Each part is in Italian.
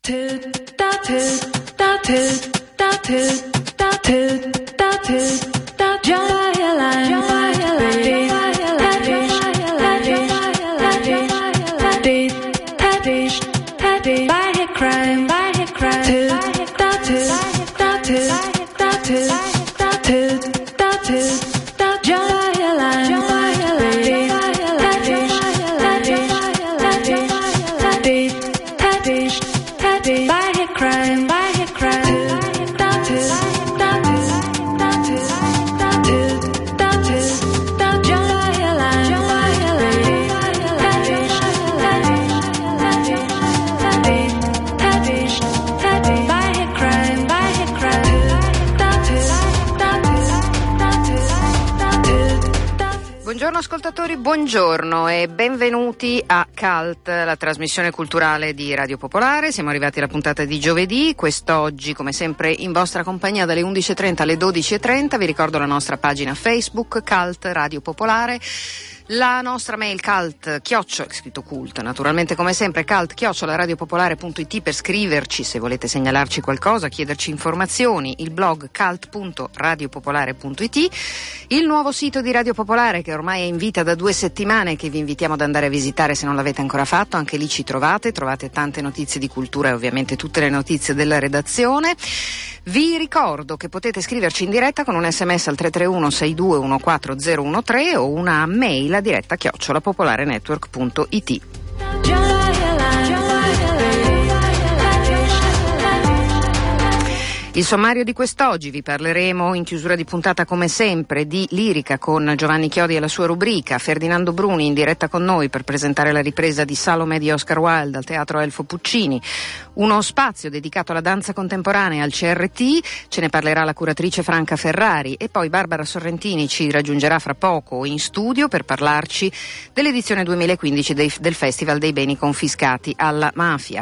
Buongiorno ascoltatori, buongiorno e benvenuti a Cult, la trasmissione culturale di Radio Popolare. Siamo arrivati alla puntata di giovedì, quest'oggi come sempre in vostra compagnia dalle 11.30 alle 12.30. Vi ricordo la nostra pagina Facebook, Cult Radio Popolare. La nostra mail scritto cult, naturalmente come sempre, cult@radiopopolare.it per scriverci se volete segnalarci qualcosa, chiederci informazioni, il blog cult.radiopopolare.it, il nuovo sito di Radio Popolare che ormai è in vita da 2 settimane, che vi invitiamo ad andare a visitare se non l'avete ancora fatto. Anche lì ci trovate tante notizie di cultura e ovviamente tutte le notizie della redazione. Vi ricordo che potete scriverci in diretta con un sms al 331 6214013 o una mail a diretta @popolarenetwork.it. Il sommario di quest'oggi: vi parleremo in chiusura di puntata come sempre di lirica con Giovanni Chiodi e la sua rubrica, Ferdinando Bruni in diretta con noi per presentare la ripresa di Salome di Oscar Wilde al Teatro Elfo Puccini, uno spazio dedicato alla danza contemporanea al CRT, ce ne parlerà la curatrice Franca Ferrari, e poi Barbara Sorrentini ci raggiungerà fra poco in studio per parlarci dell'edizione 2015 del Festival dei Beni Confiscati alla Mafia.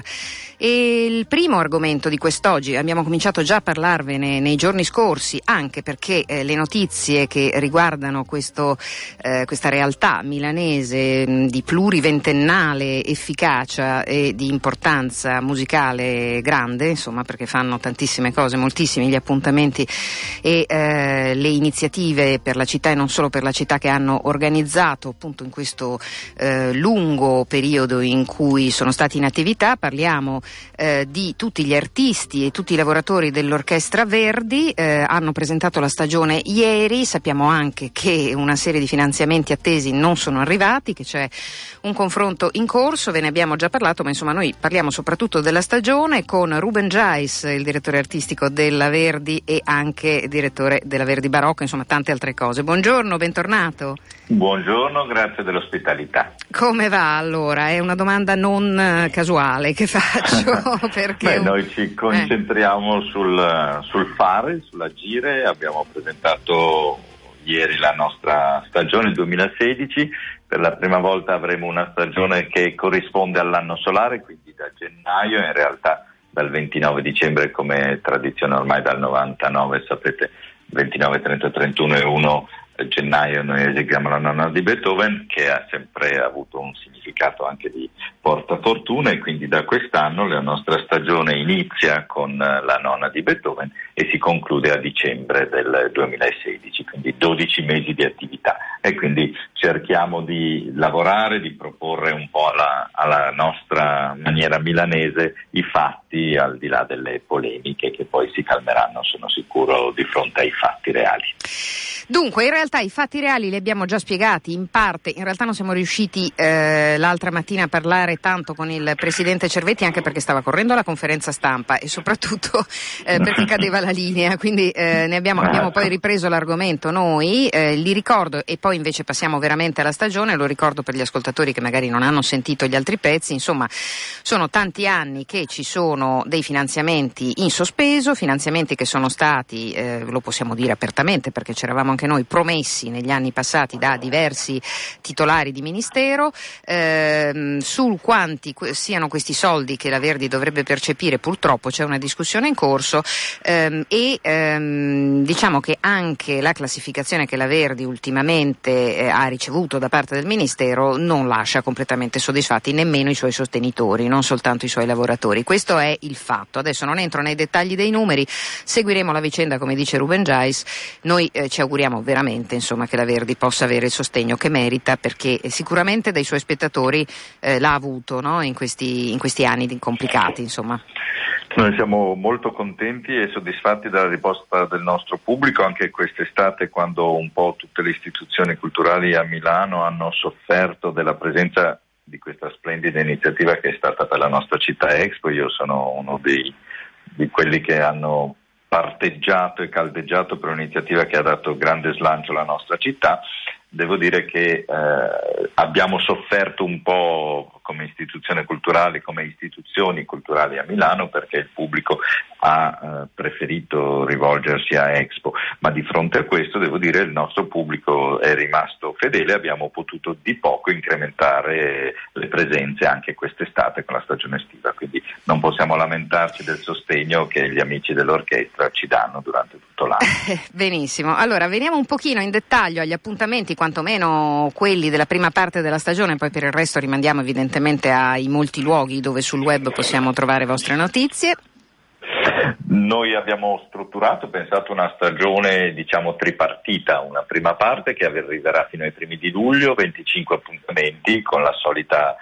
E il primo argomento di quest'oggi, abbiamo cominciato già a parlarvene nei giorni scorsi, anche perché le notizie che riguardano questa realtà milanese di pluriventennale efficacia e di importanza musicale grande, insomma, perché fanno tantissime cose, moltissimi gli appuntamenti e le iniziative per la città e non solo per la città che hanno organizzato appunto in questo lungo periodo in cui sono stati in attività. Parliamo di tutti gli artisti e tutti i lavoratori dell'Orchestra Verdi. Hanno presentato la stagione ieri. Sappiamo anche che una serie di finanziamenti attesi non sono arrivati, che c'è un confronto in corso, ve ne abbiamo già parlato, ma insomma noi parliamo soprattutto della stagione con Ruben Giais, il direttore artistico della Verdi e anche direttore della Verdi Barocco, insomma tante altre cose. Buongiorno, bentornato. Buongiorno, grazie dell'ospitalità. Come va allora? È una domanda non casuale che faccio perché noi ci concentriamo sul fare, sull'agire. Abbiamo presentato ieri la nostra stagione 2016. Per la prima volta avremo una stagione che corrisponde all'anno solare, quindi da gennaio, in realtà dal 29 dicembre come tradizione ormai dal 99, sapete, 29, 30, 31 e 1 gennaio noi eseguiamo la nona di Beethoven, che ha sempre avuto un significato anche di portafortuna, e quindi da quest'anno la nostra stagione inizia con la nona di Beethoven e si conclude a dicembre del 2016, quindi 12 mesi di attività, e quindi cerchiamo di lavorare, di proporre un po' alla nostra maniera milanese i fatti, al di là delle polemiche che poi si calmeranno, sono sicuro, di fronte ai fatti reali. Dunque, in realtà i fatti reali li abbiamo già spiegati in parte. In realtà non siamo riusciti l'altra mattina a parlare tanto con il presidente Cervetti, anche perché stava correndo la conferenza stampa e soprattutto perché cadeva la linea, quindi abbiamo poi ripreso l'argomento noi. Li ricordo, e poi invece passiamo veramente alla stagione. Lo ricordo per gli ascoltatori che magari non hanno sentito gli altri pezzi. Insomma, sono tanti anni che ci sono dei finanziamenti in sospeso, finanziamenti che sono stati, lo possiamo dire apertamente perché c'eravamo anche noi, promessi negli anni passati da diversi titolari di ministero. Sul quanti siano questi soldi che la Verdi dovrebbe percepire, purtroppo c'è una discussione in corso, diciamo che anche la classificazione che la Verdi ultimamente ha ricevuto da parte del ministero non lascia completamente soddisfatti nemmeno i suoi sostenitori, non soltanto i suoi lavoratori. Questo è è il fatto. Adesso non entro nei dettagli dei numeri, seguiremo la vicenda come dice Ruben Giles. Noi ci auguriamo veramente insomma che la Verdi possa avere il sostegno che merita, perché sicuramente dai suoi spettatori l'ha avuto, no? in questi anni complicati insomma. Noi siamo molto contenti e soddisfatti della risposta del nostro pubblico anche quest'estate, quando un po' tutte le istituzioni culturali a Milano hanno sofferto della presenza di questa splendida iniziativa che è stata per la nostra città Expo. Io sono uno di quelli che hanno parteggiato e caldeggiato per un'iniziativa che ha dato grande slancio alla nostra città. Devo dire che abbiamo sofferto un po' come istituzioni culturali a Milano, perché il pubblico ha preferito rivolgersi a Expo, ma di fronte a questo devo dire il nostro pubblico è rimasto fedele. Abbiamo potuto di poco incrementare le presenze anche quest'estate con la stagione estiva, quindi non possiamo lamentarci del sostegno che gli amici dell'orchestra ci danno durante tutto l'anno. Benissimo, allora veniamo un pochino in dettaglio agli appuntamenti, quantomeno quelli della prima parte della stagione, poi per il resto rimandiamo evidentemente ai molti luoghi dove sul web possiamo trovare vostre notizie. Noi abbiamo pensato una stagione tripartita, una prima parte che arriverà fino ai primi di luglio, 25 appuntamenti con la solita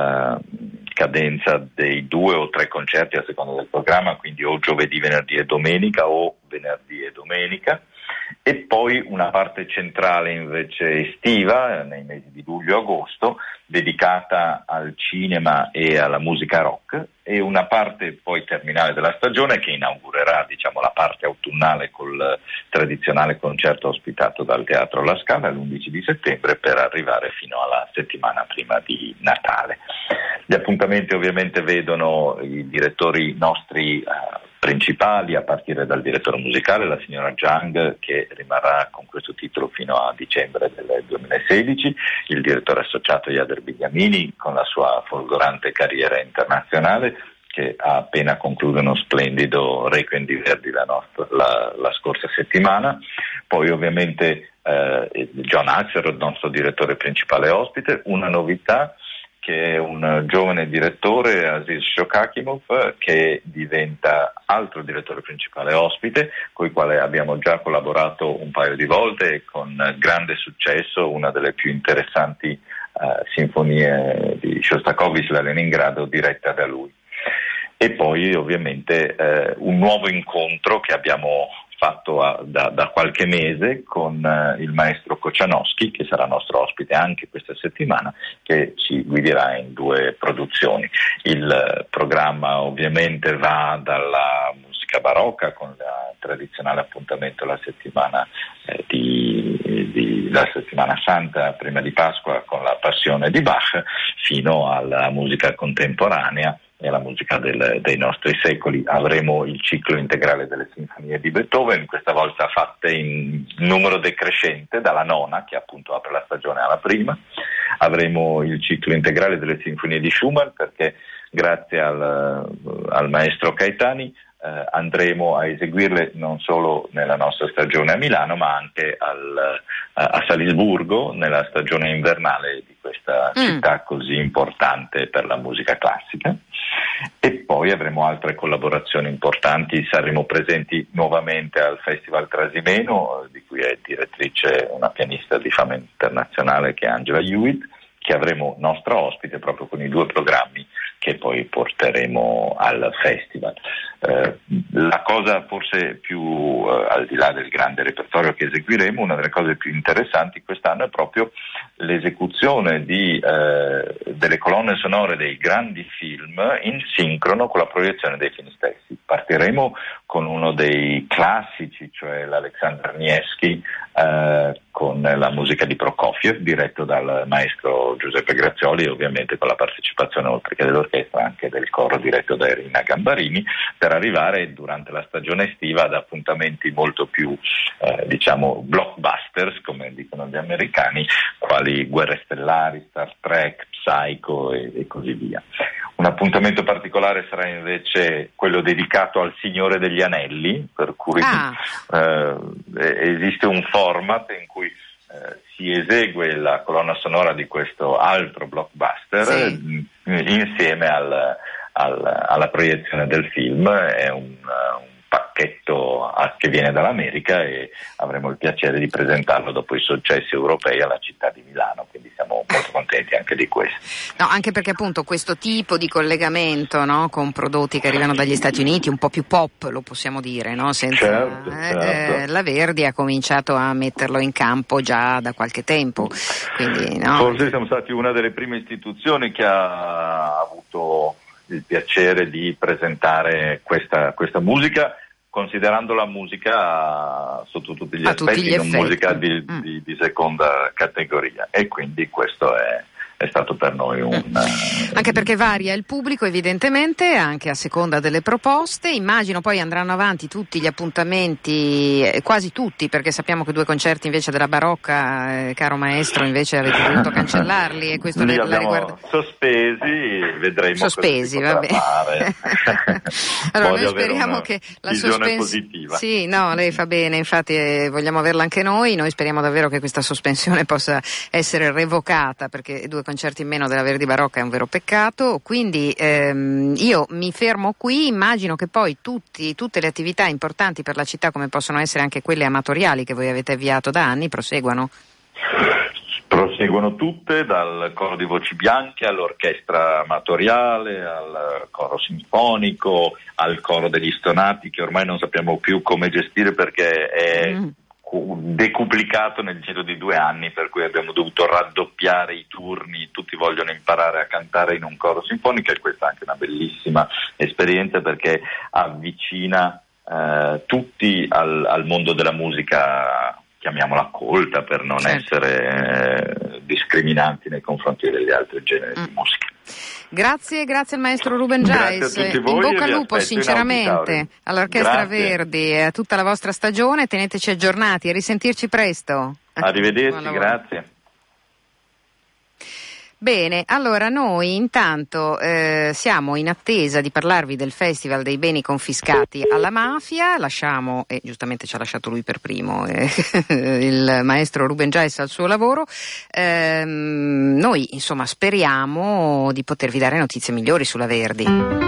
cadenza dei 2 o 3 concerti a seconda del programma, quindi o giovedì, venerdì e domenica o venerdì e domenica. E poi una parte centrale invece estiva, nei mesi di luglio e agosto, dedicata al cinema e alla musica rock, e una parte poi terminale della stagione che inaugurerà la parte autunnale col tradizionale concerto ospitato dal Teatro La Scala l'11 di settembre, per arrivare fino alla settimana prima di Natale. Gli appuntamenti ovviamente vedono i direttori nostri principali, a partire dal direttore musicale, la signora Zhang, che rimarrà con questo titolo fino a dicembre del 2016, il direttore associato Jader Bigliamini, con la sua folgorante carriera internazionale, che ha appena concluso uno splendido Requiem di Verdi la scorsa settimana. Poi ovviamente John Axel, il nostro direttore principale ospite, una novità, che è un giovane direttore, Aziz Shokakimov, che diventa altro direttore principale ospite, con il quale abbiamo già collaborato un paio di volte e con grande successo, una delle più interessanti sinfonie di Shostakovich, la Leningrado, diretta da lui. E poi ovviamente un nuovo incontro che abbiamo fatto da qualche mese con il maestro Kochanowski, che sarà nostro ospite anche questa settimana, che ci guiderà in 2 produzioni. Il programma ovviamente va dalla musica barocca, con il tradizionale appuntamento la settimana la settimana santa prima di Pasqua con la Passione di Bach, fino alla musica contemporanea e alla musica dei nostri secoli. Avremo il ciclo integrale delle sinfonie di Beethoven, questa volta fatte in numero decrescente, dalla nona, che appunto apre la stagione, alla prima. Avremo il ciclo integrale delle sinfonie di Schumann, perché grazie al maestro Caetani andremo a eseguirle non solo nella nostra stagione a Milano, ma anche a Salisburgo, nella stagione invernale di questa città così importante per la musica classica. E poi avremo altre collaborazioni importanti. Saremo presenti nuovamente al Festival Trasimeno, di cui è direttrice una pianista di fama internazionale che è Angela Hewitt, che avremo nostra ospite proprio con i 2 programmi che poi porteremo al festival. La cosa forse più, al di là del grande repertorio che eseguiremo, una delle cose più interessanti quest'anno è proprio l'esecuzione delle colonne sonore dei grandi film in sincrono con la proiezione dei film stessi. Partiremo con uno dei classici, cioè l'Alexander Nevsky, con la musica di Prokofiev, diretto dal maestro Giuseppe Grazioli, e ovviamente con la partecipazione, oltre che dell'orchestra, anche del coro diretto da Irina Gambarini, per arrivare durante la stagione estiva ad appuntamenti molto più blockbusters, come dicono gli americani, quali Guerre Stellari, Star Trek, Psycho e così via. Un appuntamento particolare sarà invece quello dedicato al Signore degli Anelli, per cui esiste un format in cui si esegue la colonna sonora di questo altro blockbuster, sì, insieme alla proiezione del film. È un pacchetto che viene dall'America e avremo il piacere di presentarlo dopo i successi europei alla città di Milano, quindi siamo molto contenti anche di questo. No, anche perché appunto questo tipo di collegamento, no, con prodotti che arrivano dagli Stati Uniti, un po' più pop, lo possiamo dire, no? Certo. La Verdi ha cominciato a metterlo in campo già da qualche tempo, quindi, no? Forse siamo stati una delle prime istituzioni che ha avuto il piacere di presentare questa musica, considerando la musica sotto tutti gli aspetti, non musica di seconda categoria, e quindi questo è stato per noi anche perché varia il pubblico evidentemente anche a seconda delle proposte. Immagino poi andranno avanti tutti gli appuntamenti, quasi tutti, perché sappiamo che 2 concerti invece della Barocca, caro maestro, invece avete dovuto cancellarli, e questo li la abbiamo riguarda sospesi, vedremo sospesi, cosa si potrà fare. Allora noi speriamo che la sospensione positiva. Sì, no, lei fa bene, infatti vogliamo averla anche noi speriamo davvero che questa sospensione possa essere revocata, perché 2 concerti in meno della Verdi Barocca è un vero peccato. Quindi io mi fermo qui, immagino che poi tutte le attività importanti per la città, come possono essere anche quelle amatoriali che voi avete avviato da anni, proseguano tutte, dal coro di voci bianche all'orchestra amatoriale, al coro sinfonico, al coro degli stonati, che ormai non sappiamo più come gestire perché è decuplicato nel giro di 2 anni, per cui abbiamo dovuto raddoppiare i turni, tutti vogliono imparare a cantare in un coro sinfonico, e questa è anche una bellissima esperienza perché avvicina tutti al mondo della musica, chiamiamola colta, per non essere discriminanti nei confronti degli altri generi di musica. Grazie al maestro Ruben Jais, in bocca al lupo sinceramente all'Orchestra Verdi e a tutta la vostra stagione, teneteci aggiornati e risentirci presto. Arrivederci, grazie. Bene, allora noi intanto siamo in attesa di parlarvi del Festival dei beni confiscati alla mafia. Lasciamo, e giustamente ci ha lasciato lui per primo, il maestro Ruben Jais al suo lavoro. Noi insomma speriamo di potervi dare notizie migliori sulla Verdi.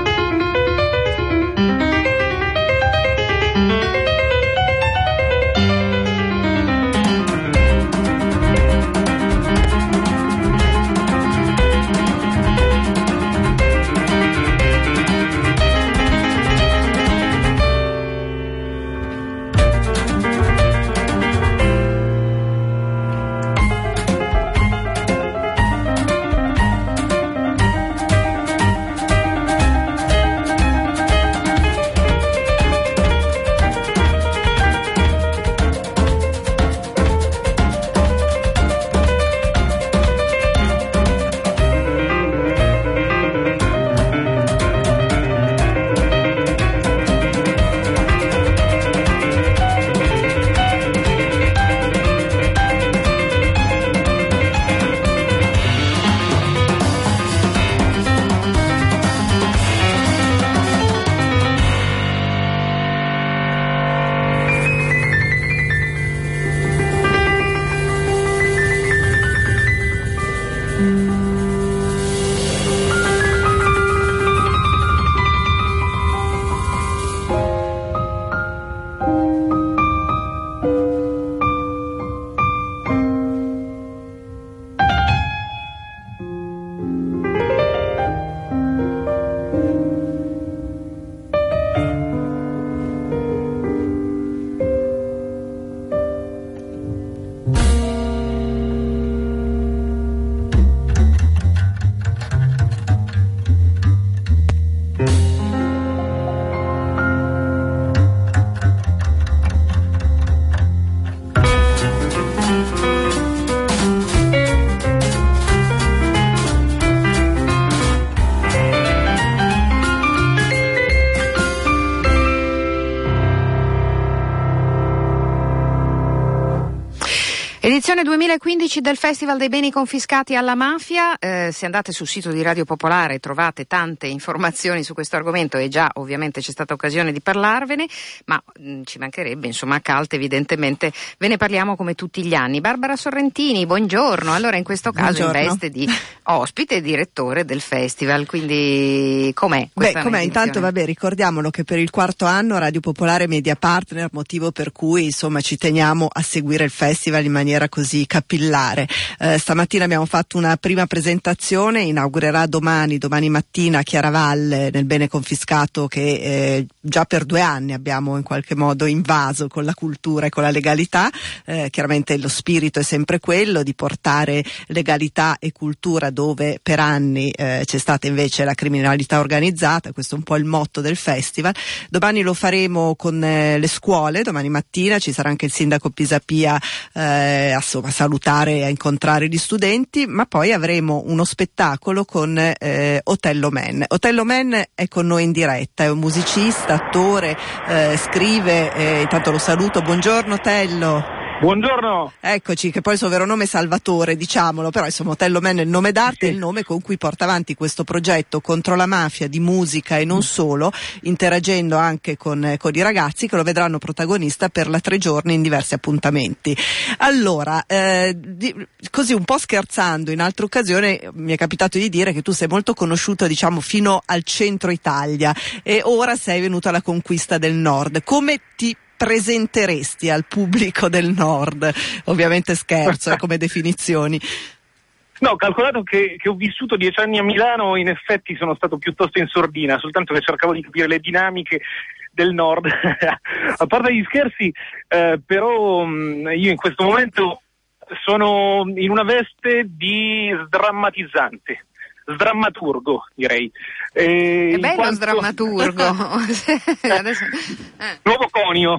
Edizione 2015 del Festival dei Beni Confiscati alla Mafia. Se andate sul sito di Radio Popolare trovate tante informazioni su questo argomento e già ovviamente c'è stata occasione di parlarvene, ma ci mancherebbe, insomma, a Calt evidentemente ve ne parliamo come tutti gli anni. Barbara Sorrentini, buongiorno. Allora in questo caso in veste di ospite e direttore del festival, quindi com'è questa com'è? Intanto ricordiamolo che per il quarto anno Radio Popolare è media partner, motivo per cui insomma ci teniamo a seguire il festival in maniera così capillare. Stamattina abbiamo fatto una prima presentazione, inaugurerà domani mattina Chiaravalle nel Bene Confiscato che già per 2 anni abbiamo in qualche modo invaso con la cultura e con la legalità. Chiaramente lo spirito è sempre quello di portare legalità e cultura dove per anni c'è stata invece la criminalità organizzata. Questo è un po' il motto del festival. Domani lo faremo con le scuole, domani mattina ci sarà anche il sindaco Pisapia a salutare e a incontrare gli studenti, ma poi avremo uno spettacolo con Otello Man. Otello Man è con noi in diretta, è un musicista, attore, scrive, intanto lo saluto. Buongiorno Otello. Buongiorno. Eccoci, che poi il suo vero nome è Salvatore, diciamolo, però insomma Otello Man è il nome d'arte, sì. È il nome con cui porta avanti questo progetto contro la mafia di musica e non solo, interagendo anche con i ragazzi che lo vedranno protagonista per 3 giorni in diversi appuntamenti. Allora, così un po' scherzando, in altre occasioni mi è capitato di dire che tu sei molto conosciuto, diciamo, fino al centro Italia e ora sei venuto alla conquista del nord. Come ti presenteresti al pubblico del nord? Ovviamente scherzo, come definizioni. No, calcolato che ho vissuto 10 anni a Milano, in effetti sono stato piuttosto in sordina, soltanto che cercavo di capire le dinamiche del nord. A parte gli scherzi, però io in questo momento sono in una veste di sdrammatizzante. Sdrammaturgo, direi. È bello sdrammaturgo. Adesso... Nuovo conio.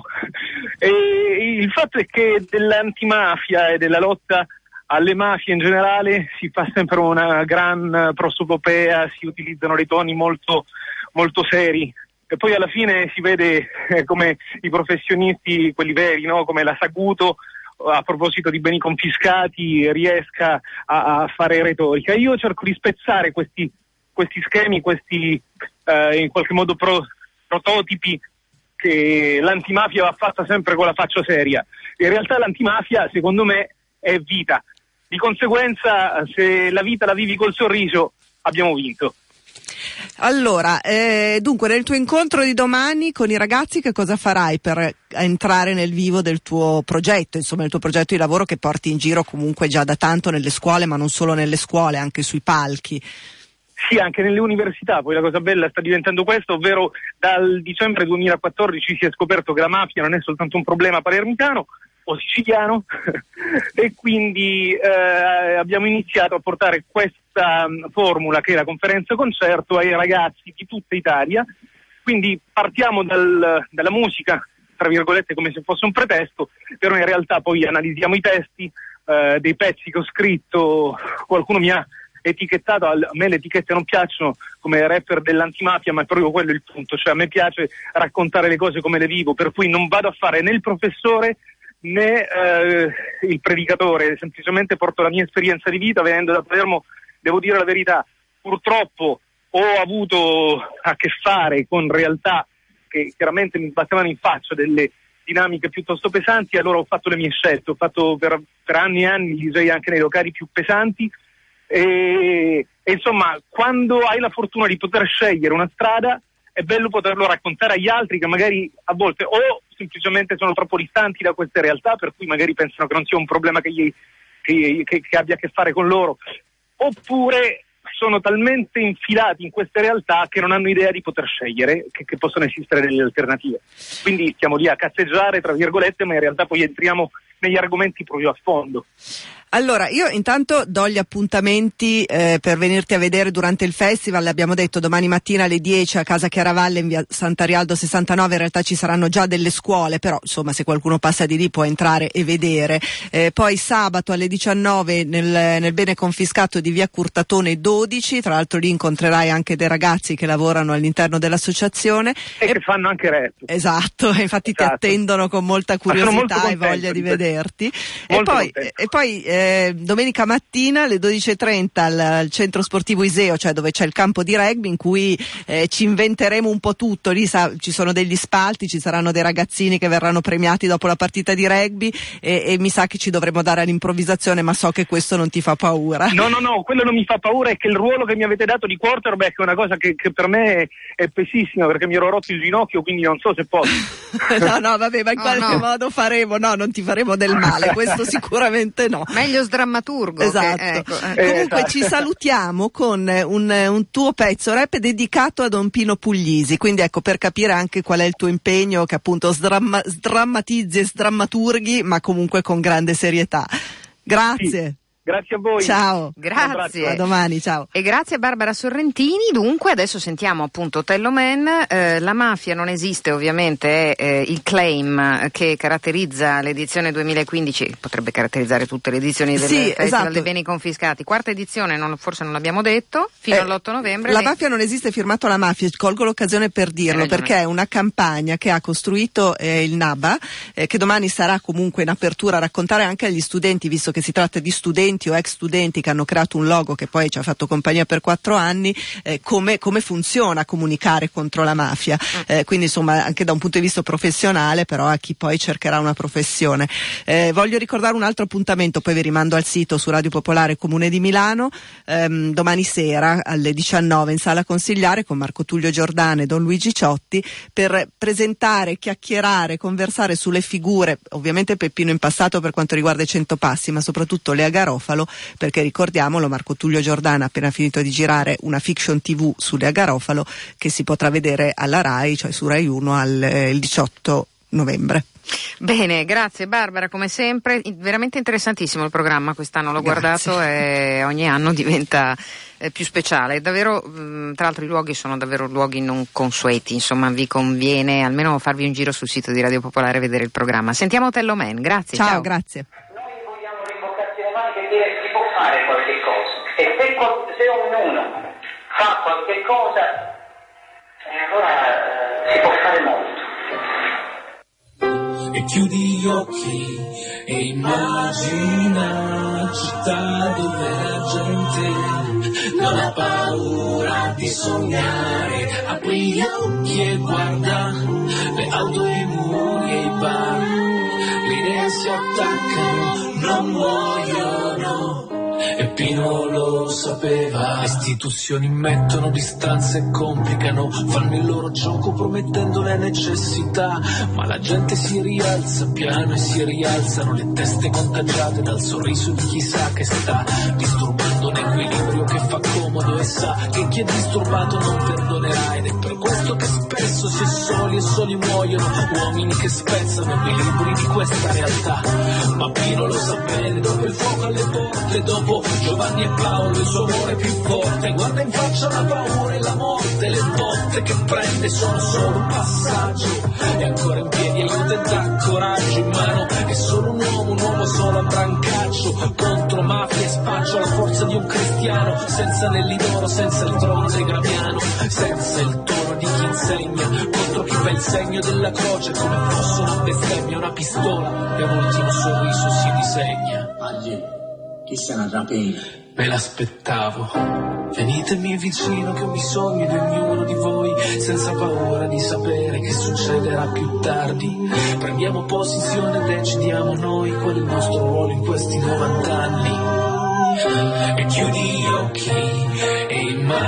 Il fatto è che dell'antimafia e della lotta alle mafie in generale si fa sempre una gran prosopopea, si utilizzano dei toni molto, molto seri. E poi alla fine si vede come i professionisti, quelli veri, no? Come la Saguto, a proposito di beni confiscati, riesca a fare retorica. Io cerco di spezzare questi schemi, questi in qualche modo prototipi che l'antimafia va fatta sempre con la faccia seria. In realtà l'antimafia, secondo me, è vita. Di conseguenza, se la vita la vivi col sorriso, abbiamo vinto. Allora, dunque nel tuo incontro di domani con i ragazzi che cosa farai per entrare nel vivo del tuo progetto, insomma il tuo progetto di lavoro che porti in giro comunque già da tanto nelle scuole, ma non solo nelle scuole, anche sui palchi? Sì, anche nelle università. Poi la cosa bella sta diventando questo, ovvero dal dicembre 2014 si è scoperto che la mafia non è soltanto un problema palermitano o siciliano e quindi abbiamo iniziato a portare questa formula che è la conferenza concerto ai ragazzi di tutta Italia. Quindi partiamo dalla musica, tra virgolette, come se fosse un pretesto, però in realtà poi analizziamo i testi dei pezzi che ho scritto. Qualcuno mi ha etichettato, a me le etichette non piacciono come rapper dell'antimafia, ma è proprio quello il punto, cioè a me piace raccontare le cose come le vivo, per cui non vado a fare né il professore né il predicatore, semplicemente porto la mia esperienza di vita. Venendo da Palermo, devo dire la verità, purtroppo ho avuto a che fare con realtà che chiaramente mi battevano in faccia delle dinamiche piuttosto pesanti, allora ho fatto le mie scelte, ho fatto per anni e anni DJ anche nei locali più pesanti e insomma, quando hai la fortuna di poter scegliere una strada, è bello poterlo raccontare agli altri che magari a volte o semplicemente sono troppo distanti da queste realtà, per cui magari pensano che non sia un problema che abbia a che fare con loro, oppure sono talmente infilati in queste realtà che non hanno idea di poter scegliere, che possono esistere delle alternative. Quindi stiamo lì a cazzeggiare, tra virgolette, ma in realtà poi entriamo negli argomenti proprio a fondo. Allora, io intanto do gli appuntamenti per venirti a vedere durante il festival. L'abbiamo detto, domani mattina alle 10 a Casa Chiaravalle in via Sant'Arialdo 69, in realtà ci saranno già delle scuole, però insomma se qualcuno passa di lì può entrare e vedere. Poi sabato alle 19 nel bene confiscato di via Curtatone 12, tra l'altro lì incontrerai anche dei ragazzi che lavorano all'interno dell'associazione e che fanno anche rap. Esatto, infatti ti attendono con molta curiosità e voglia di vederti. E poi domenica mattina alle 12:30 al centro sportivo Iseo, cioè dove c'è il campo di rugby, in cui ci inventeremo un po' tutto. Lì ci sono degli spalti, ci saranno dei ragazzini che verranno premiati dopo la partita di rugby e mi sa che ci dovremo dare all'improvvisazione, ma so che questo non ti fa paura. No, quello non mi fa paura, è che il ruolo che mi avete dato di quarterback è una cosa che per me è pessissima, perché mi ero rotto il ginocchio, quindi non so se posso. no, vabbè, ma in qualche modo faremo, non ti faremo del male, questo sicuramente no. Meglio sdrammaturgo. Esatto. Comunque ci salutiamo con un tuo pezzo rap dedicato a Don Pino Puglisi, quindi ecco, per capire anche qual è il tuo impegno, che appunto sdrammatizzi e sdrammaturghi, ma comunque con grande serietà. Grazie. Sì. Grazie a voi. Ciao. Grazie. A domani, ciao. E grazie a Barbara Sorrentini. Dunque adesso sentiamo appunto Otello Man. La mafia non esiste, ovviamente è il claim che caratterizza l'edizione 2015, potrebbe caratterizzare tutte le edizioni del Festival dei Beni Confiscati. Quarta edizione, forse non l'abbiamo detto, fino all'8 novembre. La mafia non esiste, firmato la mafia, colgo l'occasione per dirlo, perché è una campagna che ha costruito il NABA, che domani sarà comunque in apertura a raccontare anche agli studenti, visto che si tratta di studenti o ex studenti che hanno creato un logo che poi ci ha fatto compagnia per 4 anni, come funziona comunicare contro la mafia, quindi insomma anche da un punto di vista professionale, però a chi poi cercherà una professione. Voglio ricordare un altro appuntamento, poi vi rimando al sito su Radio Popolare Comune di Milano, domani sera alle 19 in Sala Consigliare con Marco Tullio Giordano e Don Luigi Ciotti, per presentare, chiacchierare, conversare sulle figure, ovviamente Peppino in passato per quanto riguarda i 100 passi, ma soprattutto Lea Garofalo, perché ricordiamolo, Marco Tullio Giordano ha appena finito di girare una fiction TV su Lea Garofalo che si potrà vedere alla Rai, cioè su Rai 1 il 18 novembre. Bene, grazie Barbara, come sempre, veramente interessantissimo il programma quest'anno, l'ho guardato e ogni anno diventa più speciale, davvero. Tra l'altro i luoghi sono davvero luoghi non consueti, insomma vi conviene almeno farvi un giro sul sito di Radio Popolare e vedere il programma. Sentiamo Otello Man, grazie. Ciao. Grazie. Si può fare qualche cosa, e se ognuno fa qualche cosa, allora si può fare molto. E chiudi gli occhi e immagina città dove la gente non ha paura di sognare. Apri gli occhi e guarda le auto, i muri e i bar, le idee si attaccano, non muoiono. E Pino lo sapeva. Le istituzioni mettono distanze e complicano, fanno il loro gioco promettendo le necessità, ma la gente si rialza piano e si rialzano le teste contagiate dal sorriso di chissà che sta disturbando un equilibrio che fa comodo e sa che chi è disturbato non perdonerà, ed è per questo che spesso si è soli e soli muoiono uomini che spezzano equilibri di questa realtà. Ma Pino lo sa bene, dopo il fuoco alle porte, dopo Giovanni e Paolo il suo amore più forte, guarda in faccia la paura e la morte, le botte che prende sono solo un passaggio, è ancora in piedi, aiuta e dà coraggio in mano, è solo un uomo solo a brancaccio, contro mafia e spaccio, la forza di un cristiano, senza anelli d'oro, senza il bronzo e gramiano, senza il tono di chi insegna, contro chi fa il segno della croce come fosse una bestemmia, una pistola e un ultimo sorriso si disegna. Chi se ne rapina? Me l'aspettavo, venitemi vicino che ho bisogno di ognuno di voi, senza paura di sapere che succederà più tardi. Prendiamo posizione e decidiamo noi qual è il nostro ruolo in questi 90 anni. E chiudi gli occhi e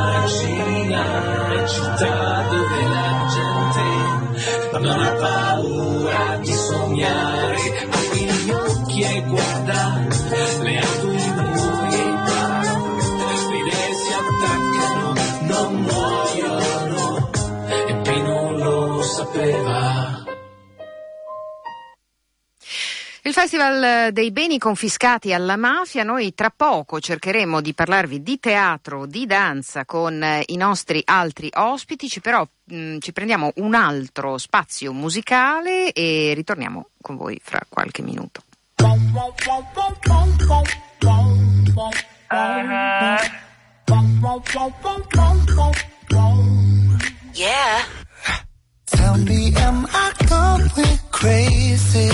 immagina città dove la gente non ha paura di sognare. Apri gli occhi e guarda le auto, i muri e i bar, le idee si attaccano, non muoiono, e Pino lo sapeva. Il Festival dei beni confiscati alla mafia, noi tra poco cercheremo di parlarvi di teatro, di danza con i nostri altri ospiti, però ci prendiamo un altro spazio musicale e ritorniamo con voi fra qualche minuto. Yeah. Tell me, am I going crazy?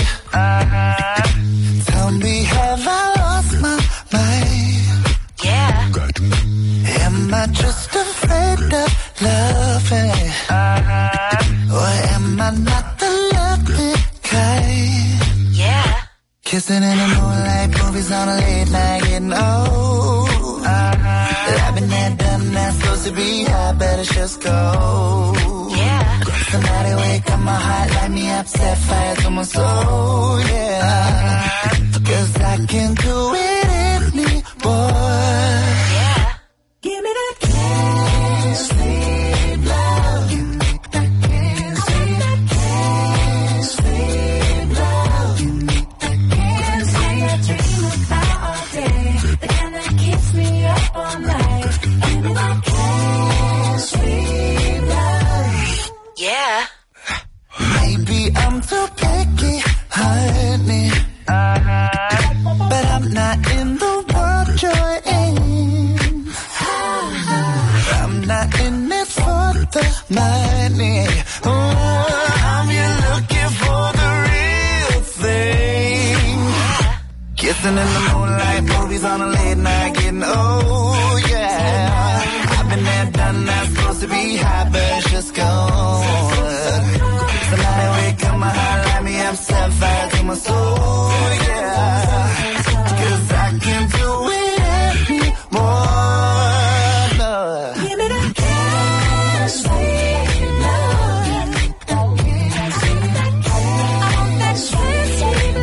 Tell me, have I lost my mind? Yeah. Am I just afraid of loving? Or am I not the loving kind? Yeah. Kissing in the moonlight, movies on a late night, getting old. I've been there, done that, supposed to be high, better just go. Yeah. Somebody wake up my heart, light me up, set fire to my soul, yeah. 'Cause I can't do it anymore. Yeah. Give me that can't sleep love. Give me that can't sleep, can't sleep love. Give me that can't sleep. I dream about all day, the kind that keeps me up all night. Give me that can't sleep love. Yeah. Maybe I'm too picky, honey. But I'm not in the world you're in. I'm not in it for the money. Oh, I'm here looking for the real thing. Kissing in the moonlight, movies on a late night, getting old, yeah. I've been there, done that, supposed to be high, but just go. Somebody wake up my heart, light me up, set fire to my soul, yeah. 'Cause I can't do it anymore, no. Give me that can't sleep love. Can't sleep, I want that sweet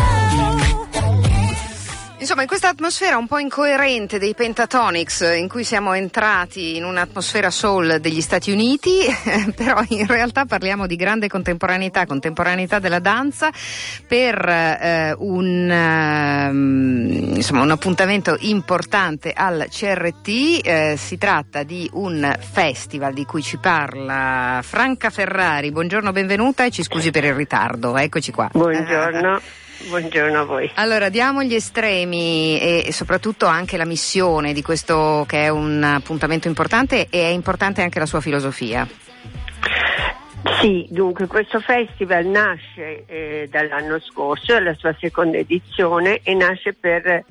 love. Insomma, in questa atmosfera un po' incoerente dei Pentatonix, in cui siamo entrati in un'atmosfera soul degli Stati Uniti, però in realtà parliamo di grande contemporaneità della danza per un appuntamento importante al CRT. Si tratta di un festival di cui ci parla Franca Ferrari. Buongiorno, benvenuta e ci scusi per il ritardo. Eccoci qua. Buongiorno. Buongiorno a voi. Allora, diamo gli estremi e soprattutto anche la missione di questo che è un appuntamento importante, e è importante anche la sua filosofia. Sì, dunque questo festival nasce dall'anno scorso, è la sua seconda edizione, e nasce per,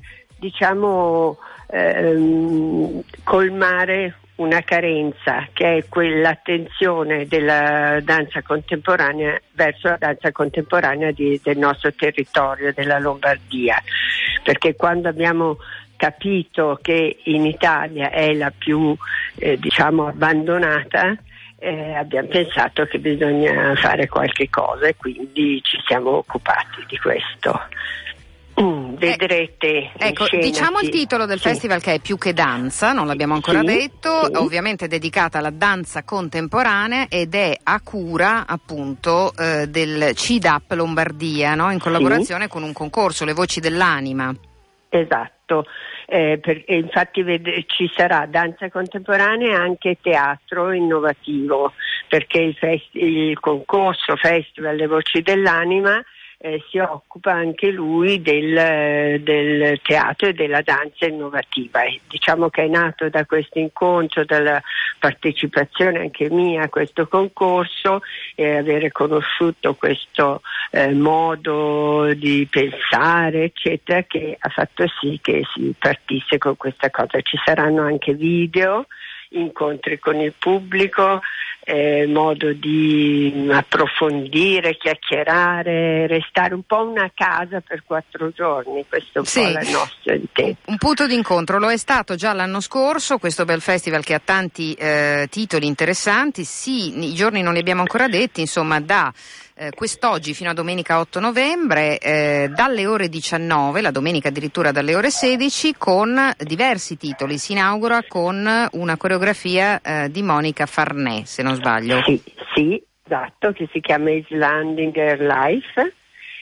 colmare una carenza, che è quell'attenzione della danza contemporanea verso la danza contemporanea del nostro territorio, della Lombardia, perché quando abbiamo capito che in Italia è la più abbandonata, abbiamo pensato che bisogna fare qualche cosa, e quindi ci siamo occupati di questo. Vedrete. Ecco, diciamo il titolo del festival, che è Più che danza, non l'abbiamo ancora detto, ovviamente dedicata alla danza contemporanea, ed è a cura appunto del CIDAP Lombardia, no? In collaborazione con un concorso, Le Voci dell'Anima. Esatto, infatti ci sarà danza contemporanea e anche teatro innovativo, perché il concorso Festival Le Voci dell'Anima si occupa anche lui del teatro e della danza innovativa. Diciamo che è nato da questo incontro, dalla partecipazione anche mia a questo concorso, e avere conosciuto questo modo di pensare, eccetera, che ha fatto sì che si partisse con questa cosa. Ci saranno anche video, incontri con il pubblico, modo di approfondire, chiacchierare, restare un po' una casa per 4 giorni, questo è un po' il nostro intento. Un punto d'incontro lo è stato già l'anno scorso, questo bel festival che ha tanti titoli interessanti. Sì, i giorni non li abbiamo ancora detti, insomma, da quest'oggi fino a domenica 8 novembre, dalle ore 19, la domenica addirittura dalle ore 16, con diversi titoli. Si inaugura con una coreografia di Monica Farnè, se non sbaglio. Sì, esatto, che si chiama Islandinger Life,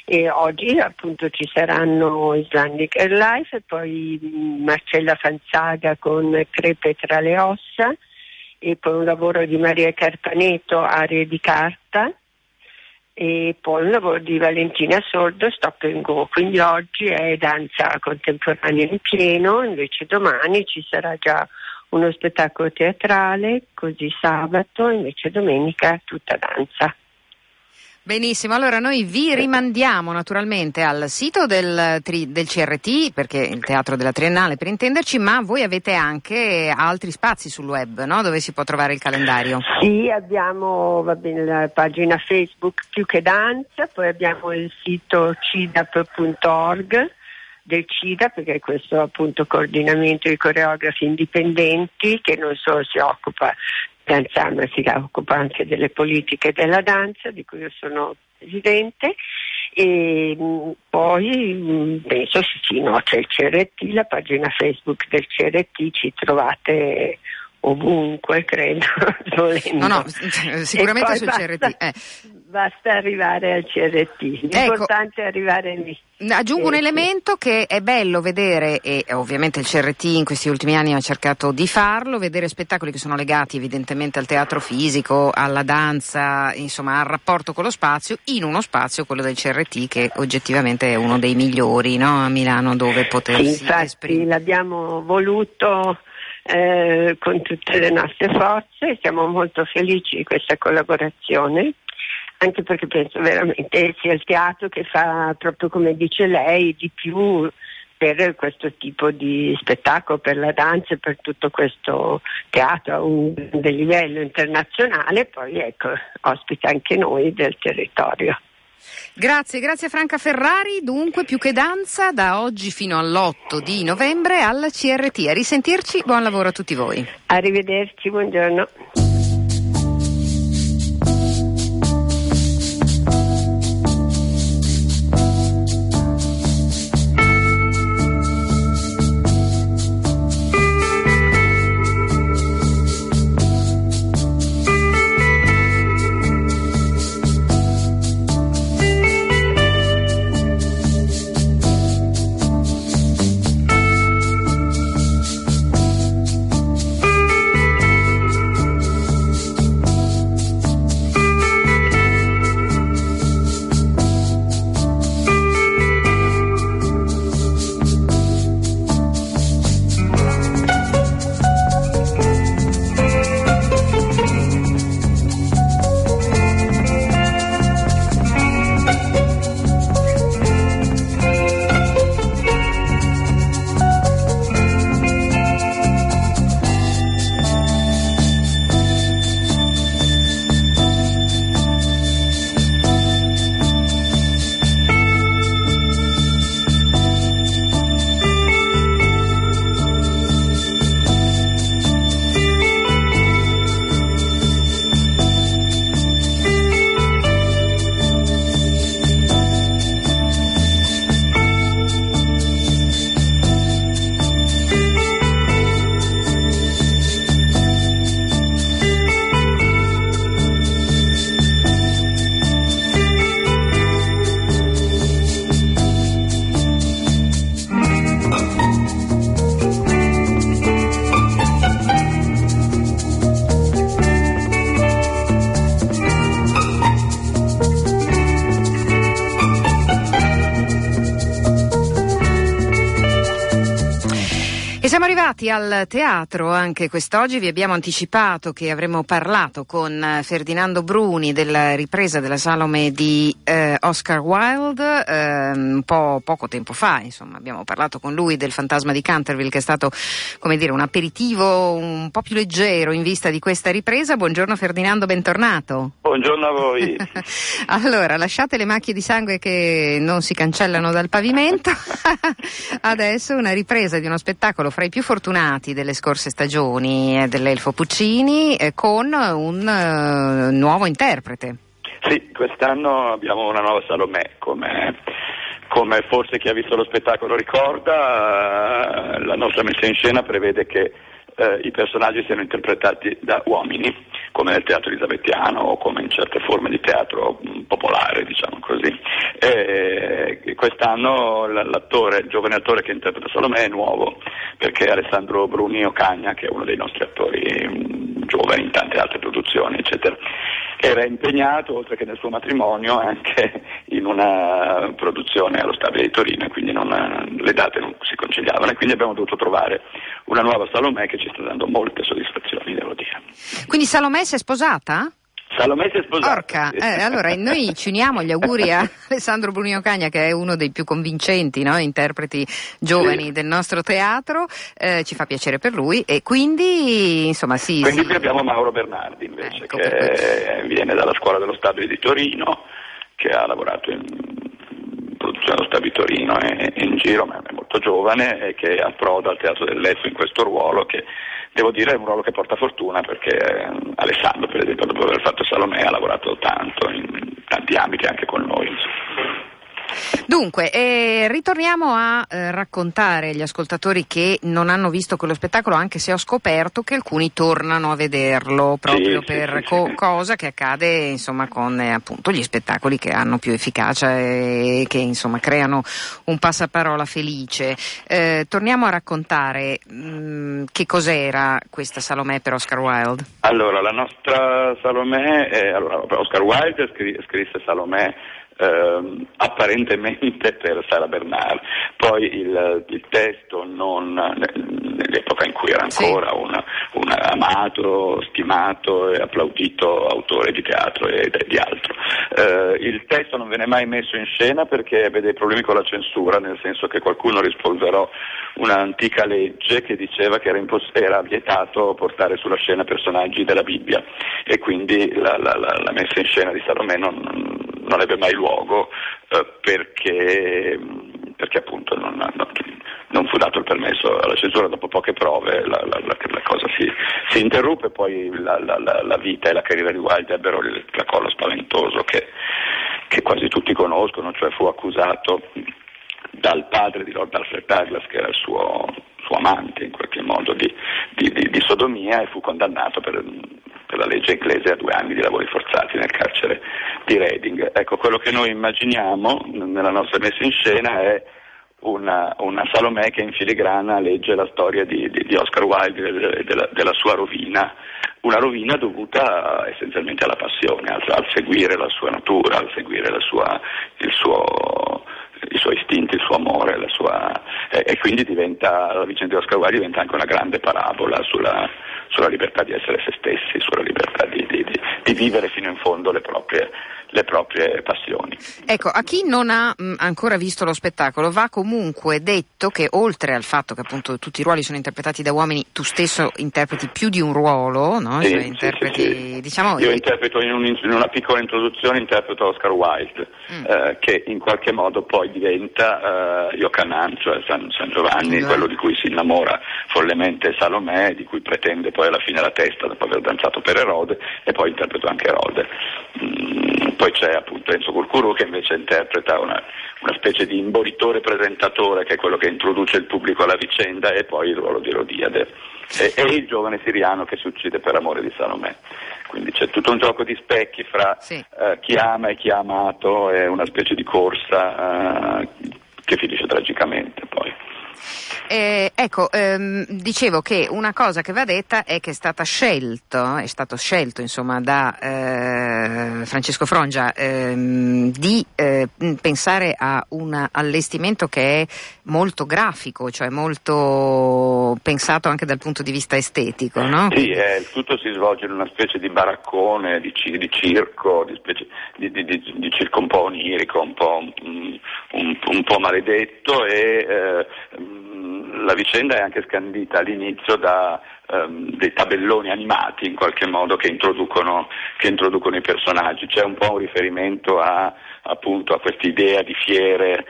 E oggi appunto ci saranno Islamic Airlife e poi Marcella Fanzaga con Crepe tra le ossa, e poi un lavoro di Maria Carpaneto, Arie di carta, e poi un lavoro di Valentina Sordo, Stop and Go. Quindi oggi è danza contemporanea in pieno, invece domani ci sarà già uno spettacolo teatrale, così sabato, invece domenica tutta danza. Benissimo, allora noi vi rimandiamo naturalmente al sito del CRT, perché il Teatro della Triennale per intenderci, ma voi avete anche altri spazi sul web, no? Dove si può trovare il calendario? Sì, abbiamo la pagina Facebook Più che Danza, poi abbiamo il sito cidap.org del CIDA, perché è questo appunto coordinamento di coreografi indipendenti che non solo si occupa danza, ma si occupa anche delle politiche della danza, di cui io sono presidente. E poi penso c'è il CRT, la pagina Facebook del CRT, ci trovate ovunque, credo. No, sicuramente sul CRT. Basta arrivare al CRT, l'importante è arrivare lì. Aggiungo un elemento che è bello vedere, e ovviamente il CRT in questi ultimi anni ha cercato di farlo, vedere spettacoli che sono legati evidentemente al teatro fisico, alla danza, insomma al rapporto con lo spazio, in uno spazio, quello del CRT, che oggettivamente è uno dei migliori, no? A Milano, dove potersi esprimere. L'abbiamo voluto con tutte le nostre forze, siamo molto felici di questa collaborazione, anche perché penso veramente sia il teatro che fa, proprio come dice lei, di più per questo tipo di spettacolo, per la danza e per tutto questo teatro a un grande livello internazionale, poi ospita anche noi del territorio. Grazie Franca Ferrari. Dunque Più che danza da oggi fino all'8 di novembre al CRT. A risentirci, buon lavoro a tutti voi. Arrivederci, buongiorno. Siamo arrivati al teatro anche quest'oggi, vi abbiamo anticipato che avremmo parlato con Ferdinando Bruni della ripresa della Salome di Oscar Wilde un po' poco tempo fa, insomma abbiamo parlato con lui del Fantasma di Canterville, che è stato, come dire, un aperitivo un po' più leggero in vista di questa ripresa. Buongiorno Ferdinando, bentornato. Buongiorno a voi. Allora, lasciate le macchie di sangue che non si cancellano dal pavimento. Adesso una ripresa di uno spettacolo fra i più fortunati delle scorse stagioni dell'Elfo Puccini, con un nuovo interprete. Sì, quest'anno abbiamo una nuova Salomè, come forse chi ha visto lo spettacolo ricorda. La nostra messa in scena prevede che i personaggi siano interpretati da uomini, nel teatro elisabettiano o come in certe forme di teatro popolare, diciamo così. Quest'anno il giovane attore che interpreta Salomè è nuovo, perché Alessandro Bruni Ocagna, che è uno dei nostri attori giovani in tante altre produzioni, eccetera, era impegnato, oltre che nel suo matrimonio, anche in una produzione allo Stabile di Torino, e quindi le date non si conciliavano, e quindi abbiamo dovuto trovare una nuova Salomè che ci sta dando molte soddisfazioni, devo dire. Quindi Salomè si è sposata? Salomè si è sposata. Porca, sì. Allora noi ci uniamo agli auguri a Alessandro Bruni Ocagna, che è uno dei più convincenti, no, interpreti giovani del nostro teatro, ci fa piacere per lui, e quindi insomma sì. Quindi qui abbiamo Mauro Bernardi invece, che viene dalla Scuola dello Stabile di Torino, che ha lavorato in produzione dello Stabile di Torino e in giro, ma è molto giovane, e che approda al Teatro del Lezzo in questo ruolo, che devo dire è un ruolo che porta fortuna, perché Alessandro, per esempio, dopo aver fatto Salomè, ha lavorato tanto in tanti ambiti anche con noi, insomma. Dunque, ritorniamo a raccontare agli ascoltatori che non hanno visto quello spettacolo, anche se ho scoperto che alcuni tornano a vederlo proprio per cosa che accade, insomma, con appunto gli spettacoli che hanno più efficacia e che insomma creano un passaparola felice. Torniamo a raccontare che cos'era questa Salomè per Oscar Wilde. Allora, la nostra Salomè, Oscar Wilde scrisse Salomè apparentemente per Sarah Bernard, poi il testo nell'epoca in cui era ancora un amato, stimato e applaudito autore di teatro e di altro. Il testo non venne mai messo in scena perché ebbe dei problemi con la censura, nel senso che qualcuno rispolverò un'antica legge che diceva che era vietato portare sulla scena personaggi della Bibbia, e quindi la messa in scena di Salomè non ebbe mai luogo, perché appunto non fu dato il permesso alla censura. Dopo poche prove la cosa si interruppe, poi la vita e la carriera di Wilde ebbero il tracollo spaventoso che quasi tutti conoscono, cioè fu accusato dal padre di Lord Alfred Douglas, che era il suo amante in qualche modo, di sodomia, e fu condannato per la legge inglese a 2 anni di lavori forzati nel carcere di Reading. Ecco, quello che noi immaginiamo nella nostra messa in scena è una Salomè che in filigrana legge la storia di Oscar Wilde, della sua rovina, una rovina dovuta essenzialmente alla passione, al seguire la sua natura, al seguire i suoi istinti, il suo amore, e quindi la vicenda di Oscar Wilde diventa anche una grande parabola sulla libertà di essere se stessi, sulla libertà di vivere fino in fondo le proprie passioni. Ecco, a chi non ha ancora visto lo spettacolo va comunque detto che, oltre al fatto che appunto tutti i ruoli sono interpretati da uomini, tu stesso interpreti più di un ruolo, no? Sì, cioè interpreti, sì. Diciamo. Io interpreto in una piccola introduzione, interpreto Oscar Wilde, che in qualche modo poi diventa Iocannan, cioè San Giovanni, quello di cui si innamora follemente Salomè, di cui pretende poi alla fine la testa dopo aver danzato per Erode, e poi interpreto anche Erode. Poi c'è appunto Enzo Curcuru, che invece interpreta una specie di imboritore presentatore, che è quello che introduce il pubblico alla vicenda, e poi il ruolo di Erodiade, e il giovane siriano che si uccide per amore di Salomè. Quindi c'è tutto un gioco di specchi fra chi ama e chi ha amato, e una specie di corsa che finisce tragicamente poi. Dicevo che una cosa che va detta è che è stato scelto insomma da Francesco Frongia di pensare a un allestimento che è molto grafico, cioè molto pensato anche dal punto di vista estetico, no? Sì, tutto si svolge in una specie di baraccone, di circo, di circo un po' onirico, un po' maledetto, e la vicenda è anche scandita all'inizio da dei tabelloni animati in qualche modo che introducono i personaggi. C'è un po' un riferimento appunto a quest'idea di fiere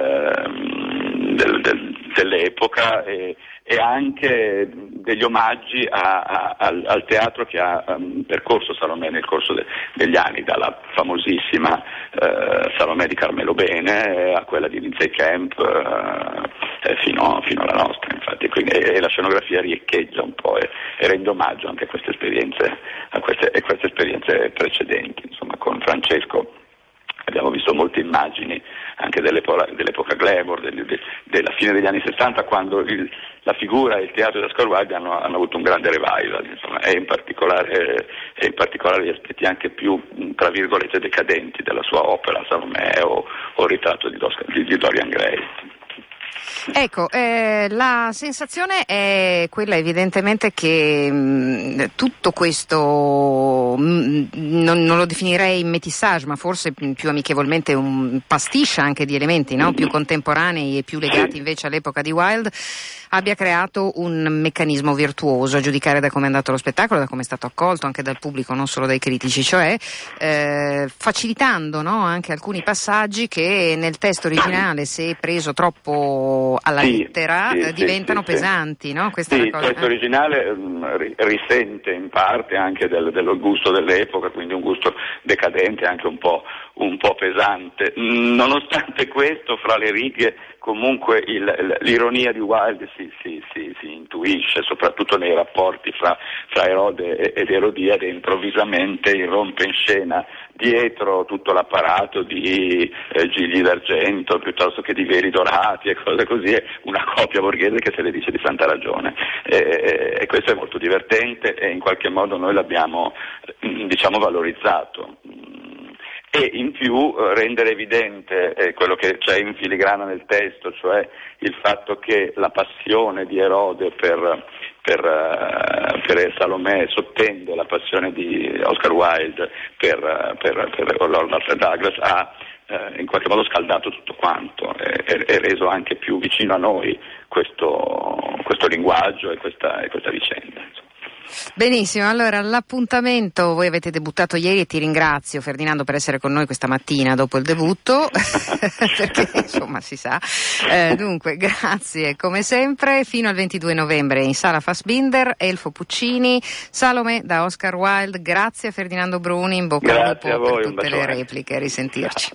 dell'epoca, e anche degli omaggi al teatro che ha percorso Salomè nel corso degli anni, dalla famosissima Salomè di Carmelo Bene a quella di Lindsay Kemp, fino alla nostra, infatti. Quindi, e la scenografia riecheggia un po' e rende omaggio anche a queste queste esperienze precedenti. Insomma, con Francesco abbiamo visto molte immagini anche dell'epoca glamour, della fine degli anni 60, quando la figura e il teatro di Oscar Wilde hanno avuto un grande revival, insomma, e in particolare gli aspetti anche più, tra virgolette, decadenti della sua opera Salomè o il ritratto di Dorian Gray. Ecco, la sensazione è quella evidentemente che tutto questo, non lo definirei métissage, ma forse più amichevolmente un pastiche anche di elementi, no? Più contemporanei e più legati invece all'epoca di Wilde, abbia creato un meccanismo virtuoso, a giudicare da come è andato lo spettacolo, da come è stato accolto anche dal pubblico, non solo dai critici, cioè facilitando, no, anche alcuni passaggi che nel testo originale, se preso troppo alla lettera, diventano pesanti, no? Questa è la cosa. Il testo originale risente in parte anche dello gusto dell'epoca, quindi un gusto decadente, anche un po' pesante. Nonostante questo, fra le righe, comunque l'ironia di Wilde si intuisce, soprattutto nei rapporti fra Erode ed Erodiade. Improvvisamente irrompe in scena, dietro tutto l'apparato di gigli d'argento piuttosto che di veli dorati e cose così, una coppia borghese che se le dice di santa ragione, e questo è molto divertente e in qualche modo noi l'abbiamo, valorizzato. E in più rendere evidente quello che c'è in filigrana nel testo, cioè il fatto che la passione di Erode per Salomè sottende la passione di Oscar Wilde per Lord Arthur Douglas, ha in qualche modo scaldato tutto quanto e reso anche più vicino a noi questo linguaggio e questa vicenda, insomma. Benissimo, allora l'appuntamento, voi avete debuttato ieri e ti ringrazio Ferdinando per essere con noi questa mattina dopo il debutto perché insomma si sa, dunque grazie come sempre, fino al 22 novembre in sala Fassbinder, Elfo Puccini, Salomè da Oscar Wilde. Grazie a Ferdinando Bruni, in bocca al lupo per tutte le repliche, risentirci.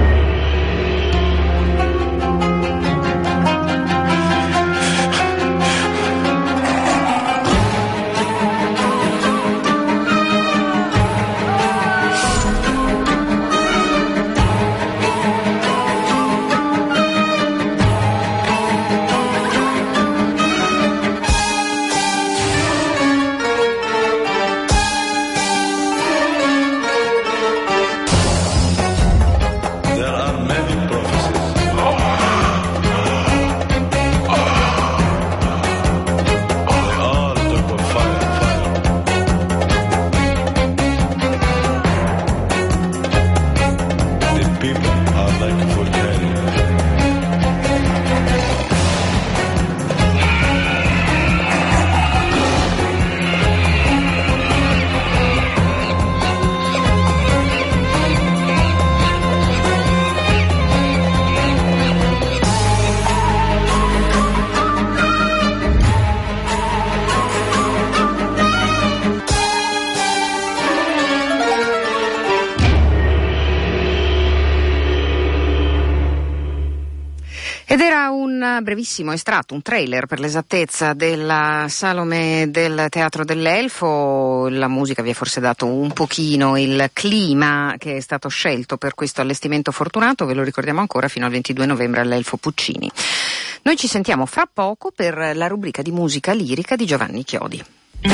Ed era un brevissimo estratto, un trailer per l'esattezza, della Salomè del Teatro dell'Elfo. La musica vi ha forse dato un pochino il clima che è stato scelto per questo allestimento fortunato, ve lo ricordiamo ancora, fino al 22 novembre all'Elfo Puccini. Noi ci sentiamo fra poco per la rubrica di musica lirica di Giovanni Chiodi.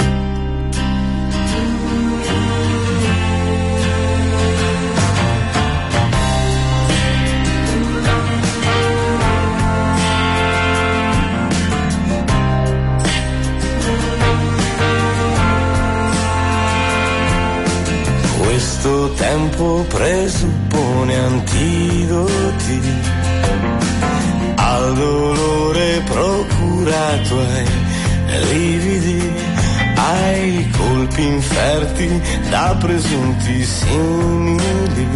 Questo tempo presuppone antidoti al dolore procurato, ai lividi, ai colpi inferti da presunti simili,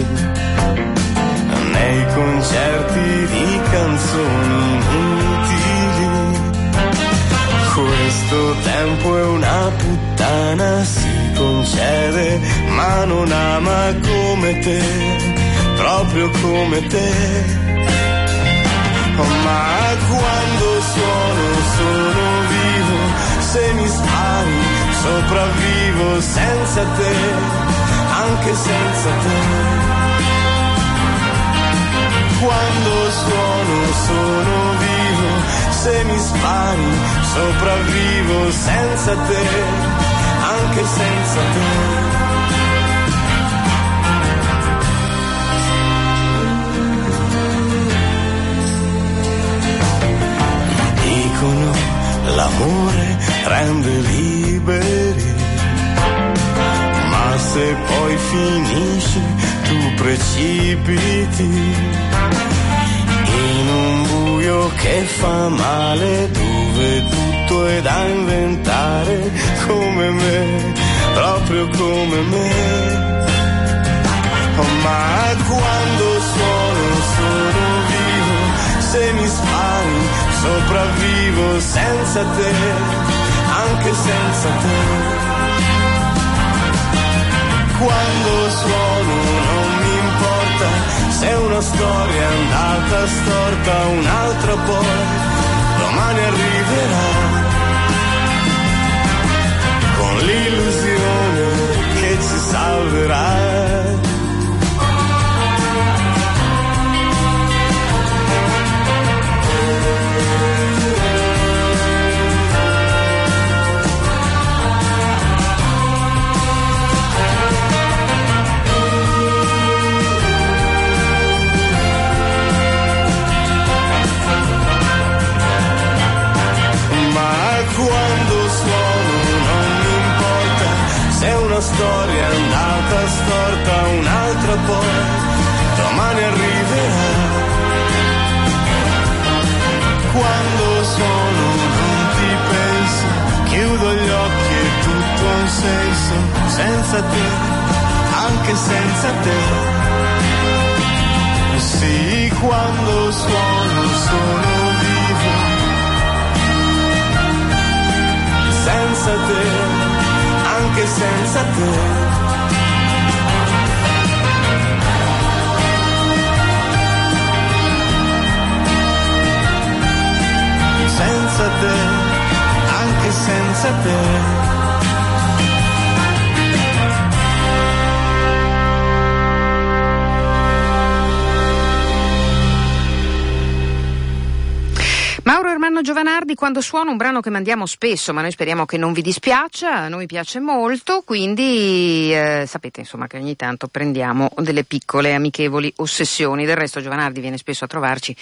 nei concerti di canzoni inutili. Questo tempo è una puttana, si concede, ma non ama come te, proprio come te. Ma quando sono vivo, se mi spari sopravvivo senza te, anche senza te. Quando suono sono vivo, se mi spari sopravvivo senza te, anche senza te. Dicono l'amore rende liberi, ma se poi finisce tu precipiti in un buio che fa male, dove tutto è da inventare, come me, proprio come me. Ma quando sono vivo, se mi spari sopravvivo senza te, anche senza te. Quando suono non mi importa se una storia è andata storta, un'altra poi domani arriverà, con l'illusione che ci salverà. Quando suono non mi importa se una storia è andata storta, un'altra poi domani arriverà. Quando suono non ti penso, chiudo gli occhi e tutto ha un senso, senza te, anche senza te. Sì, quando suono sono vivo senza te, anche senza te. Senza te, anche senza te. Mauro Ermanno Giovanardi, Quando suono, un brano che mandiamo spesso, ma noi speriamo che non vi dispiaccia, a noi piace molto, quindi sapete insomma che ogni tanto prendiamo delle piccole amichevoli ossessioni. Del resto Giovanardi viene spesso a trovarci,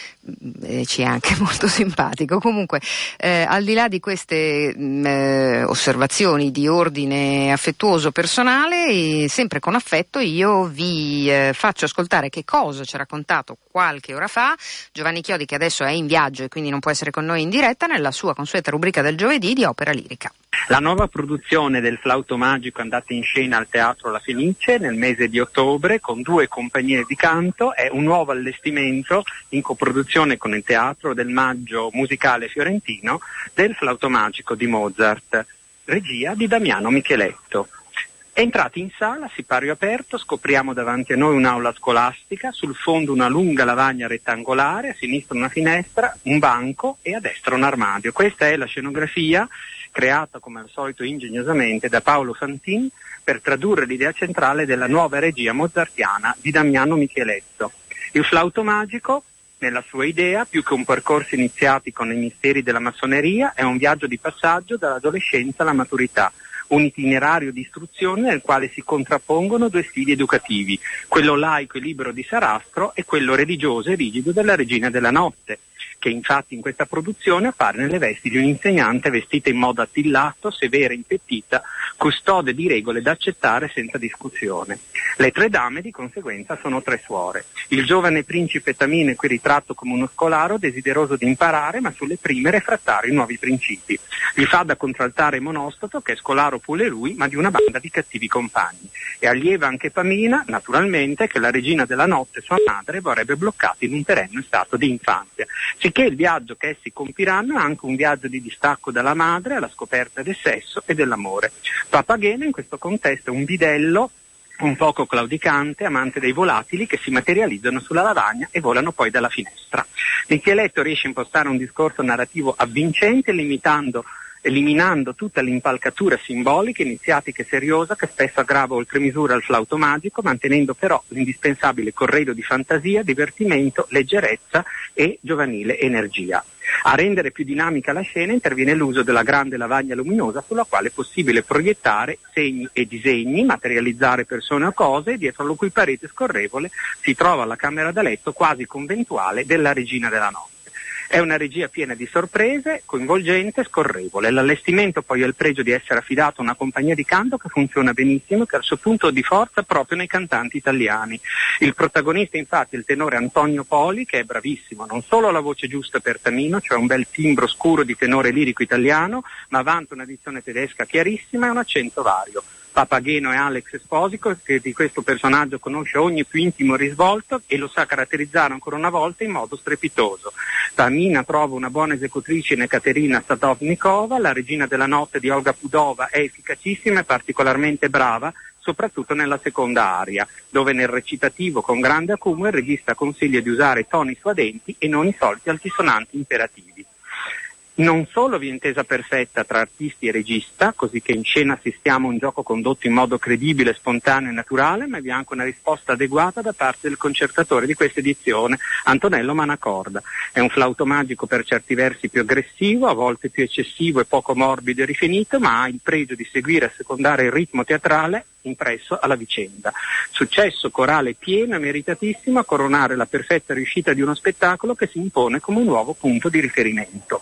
ci è anche molto simpatico. Comunque al di là di queste osservazioni di ordine affettuoso personale, sempre con affetto io vi faccio ascoltare che cosa ci ha raccontato qualche ora fa Giovanni Chiodi, che adesso è in viaggio e quindi non può essere con noi in diretta, nella sua consueta rubrica del giovedì di Opera Lirica. La nuova produzione del Flauto Magico è andata in scena al Teatro La Fenice nel mese di ottobre con 2 compagnie di canto. È un nuovo allestimento in coproduzione con il Teatro del Maggio Musicale Fiorentino del Flauto Magico di Mozart, regia di Damiano Micheletto. Entrati in sala, sipario aperto, scopriamo davanti a noi un'aula scolastica, sul fondo una lunga lavagna rettangolare, a sinistra una finestra, un banco e a destra un armadio. Questa è la scenografia creata come al solito ingegnosamente da Paolo Fantin per tradurre l'idea centrale della nuova regia mozartiana di Damiano Micheletto. Il Flauto Magico, nella sua idea, più che un percorso iniziatico nei misteri della massoneria, è un viaggio di passaggio dall'adolescenza alla maturità, un itinerario di istruzione nel quale si contrappongono 2 stili educativi, quello laico e libero di Sarastro e quello religioso e rigido della Regina della Notte, che infatti in questa produzione appare nelle vesti di un'insegnante vestita in modo attillato, severa e impettita, custode di regole da accettare senza discussione. Le 3 dame di conseguenza sono 3 suore. Il giovane principe Tamino è qui ritratto come uno scolaro desideroso di imparare, ma sulle prime refrattario i nuovi principi. Gli fa da contraltare Monostato, che è scolaro pure lui, ma di una banda di cattivi compagni. E allieva anche Pamina, naturalmente, che la Regina della Notte, sua madre, vorrebbe bloccato in un perenne stato di infanzia. Sicché il viaggio che essi compiranno è anche un viaggio di distacco dalla madre alla scoperta del sesso e dell'amore. Papageno in questo contesto è un bidello un poco claudicante, amante dei volatili che si materializzano sulla lavagna e volano poi dalla finestra. Micheletto riesce a impostare un discorso narrativo avvincente limitando eliminando tutta l'impalcatura simbolica, iniziatica e seriosa che spesso aggrava oltre misura il flauto magico, mantenendo però l'indispensabile corredo di fantasia, divertimento, leggerezza e giovanile energia. A rendere più dinamica la scena interviene l'uso della grande lavagna luminosa sulla quale è possibile proiettare segni e disegni, materializzare persone o cose, dietro la cui parete scorrevole si trova la camera da letto quasi conventuale della regina della notte. È una regia piena di sorprese, coinvolgente, scorrevole. L'allestimento poi ha il pregio di essere affidato a una compagnia di canto che funziona benissimo e che ha il suo punto di forza proprio nei cantanti italiani. Il protagonista infatti è il tenore Antonio Poli, che è bravissimo, non solo ha la voce giusta per Tamino, cioè un bel timbro scuro di tenore lirico italiano, ma vanta una dizione tedesca chiarissima e un accento vario. Papageno e Alex Esposito, che di questo personaggio conosce ogni più intimo risvolto e lo sa caratterizzare ancora una volta in modo strepitoso. Tamina trova una buona esecutrice in Ekaterina Sadovnikova, la regina della notte di Olga Pudova è efficacissima e particolarmente brava, soprattutto nella seconda aria, dove nel recitativo con grande acume il regista consiglia di usare toni suadenti e non i soliti altisonanti imperativi. Non solo vi è intesa perfetta tra artisti e regista, così che in scena assistiamo a un gioco condotto in modo credibile, spontaneo e naturale, ma vi è anche una risposta adeguata da parte del concertatore di questa edizione, Antonello Manacorda. È un flauto magico per certi versi più aggressivo, a volte più eccessivo e poco morbido e rifinito, ma ha il pregio di seguire e assecondare il ritmo teatrale impresso alla vicenda. Successo corale pieno e meritatissimo a coronare la perfetta riuscita di uno spettacolo che si impone come un nuovo punto di riferimento.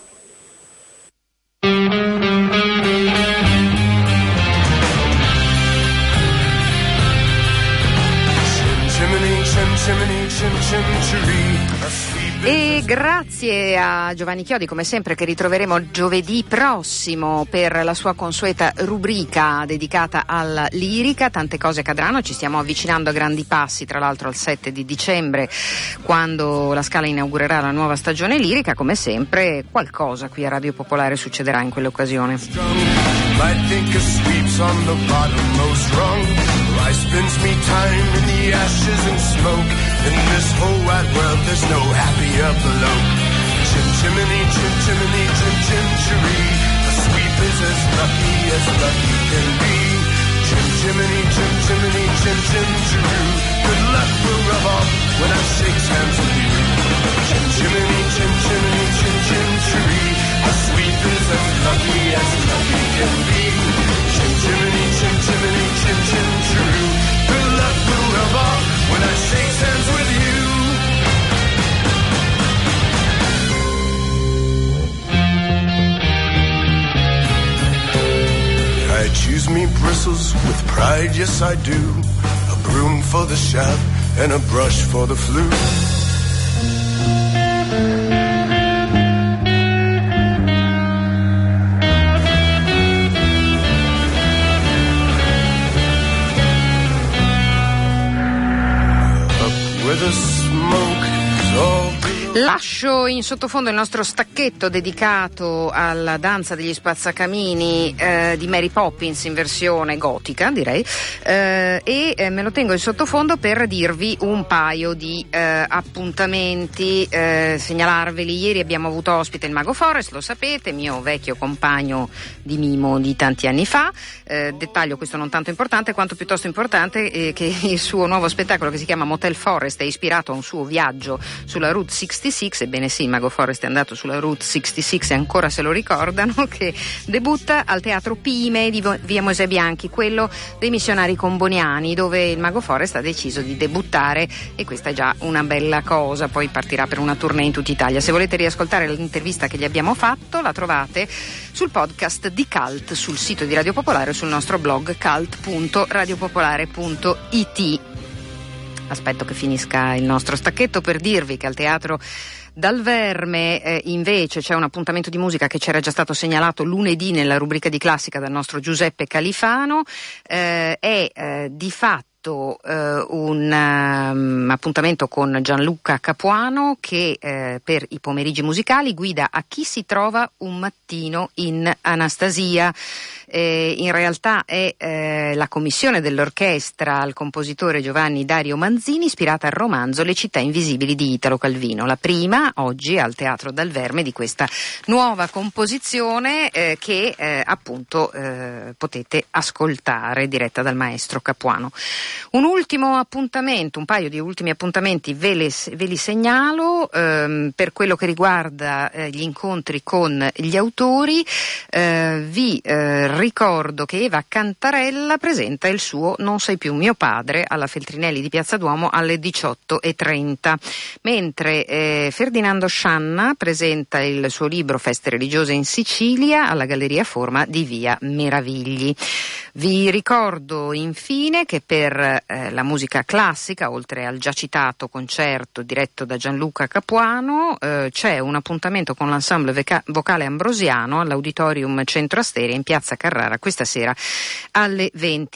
E grazie a Giovanni Chiodi, come sempre, che ritroveremo giovedì prossimo per la sua consueta rubrica dedicata alla lirica. Tante cose accadranno, ci stiamo avvicinando a grandi passi, tra l'altro al 7 di dicembre, quando la Scala inaugurerà la nuova stagione lirica. Come sempre, qualcosa qui a Radio Popolare succederà in quell'occasione. Life spends me time in the ashes and smoke. In this whole wide world there's no happier bloke. Chim chimney, chim chimney, chim chim chiree. The sweep is as lucky can be. Chim chimney, chim chimney, chim chim chiroo. Good luck will rub off when I shake hands with you. Chim chimney, chim chimney, chim chim chiree. The sweep is as lucky can be. Chim chimney, chim chimney, chim chim chiroo. Good luck will rub off when I shake hands with you. I choose me bristles with pride, yes I do. A broom for the shaft and a brush for the flute. Lascio in sottofondo il nostro stacchetto dedicato alla danza degli spazzacamini di Mary Poppins in versione gotica, direi, e me lo tengo in sottofondo per dirvi un paio di appuntamenti, segnalarveli. Ieri abbiamo avuto ospite il Mago Forest, lo sapete, mio vecchio compagno di mimo di tanti anni fa. Dettaglio questo non tanto importante quanto piuttosto importante, che il suo nuovo spettacolo, che si chiama Motel Forest, è ispirato a un suo viaggio sulla Route 66. Ebbene sì, Mago Forest è andato sulla Route 66 e ancora se lo ricordano, che debutta al Teatro Pime di via Mosè Bianchi, quello dei missionari comboniani, dove il Mago Forest ha deciso di debuttare, e questa è già una bella cosa. Poi partirà per una tournée in tutta Italia. Se volete riascoltare l'intervista che gli abbiamo fatto, la trovate sul podcast di Cult sul sito di Radio Popolare, sul nostro blog cult.radiopopolare.it. Aspetto che finisca il nostro stacchetto per dirvi che al Teatro Dal Verme invece c'è un appuntamento di musica che c'era già stato segnalato lunedì nella rubrica di classica dal nostro Giuseppe Califano. È di fatto un appuntamento con Gianluca Capuano, che per i pomeriggi musicali guida A chi si trova un mattino in Anastasia. in realtà è la commissione dell'orchestra al compositore Giovanni Dario Manzini, ispirata al romanzo Le città invisibili di Italo Calvino. La prima, oggi, al Teatro Dal Verme, di questa nuova composizione che appunto potete ascoltare, diretta dal maestro Capuano. Un ultimo appuntamento, un paio di ultimi appuntamenti ve li segnalo per quello che riguarda gli incontri con gli autori. Vi ricordo che Eva Cantarella presenta il suo Non sei più mio padre alla Feltrinelli di Piazza Duomo alle 18:30, mentre Ferdinando Scianna presenta il suo libro Feste religiose in Sicilia alla Galleria Forma di Via Meravigli. Vi ricordo infine che per la musica classica, oltre al già citato concerto diretto da Gianluca Capuano, c'è un appuntamento con l'ensemble vocale ambrosiano all'Auditorium Centro Asteria in Piazza Carrara questa sera alle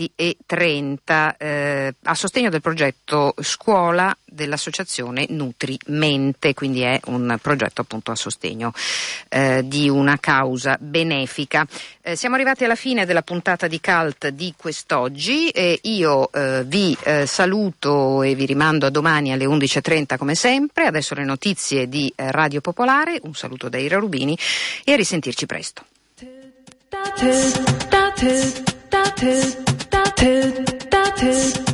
20:30 a sostegno del progetto Scuola dell'associazione Nutri Mente, quindi è un progetto appunto a sostegno di una causa benefica. Siamo arrivati alla fine della puntata di Cult di quest'oggi e io vi saluto e vi rimando a domani alle 11:30 come sempre. Adesso le notizie di Radio Popolare, un saluto da Ira Rubini e a risentirci presto.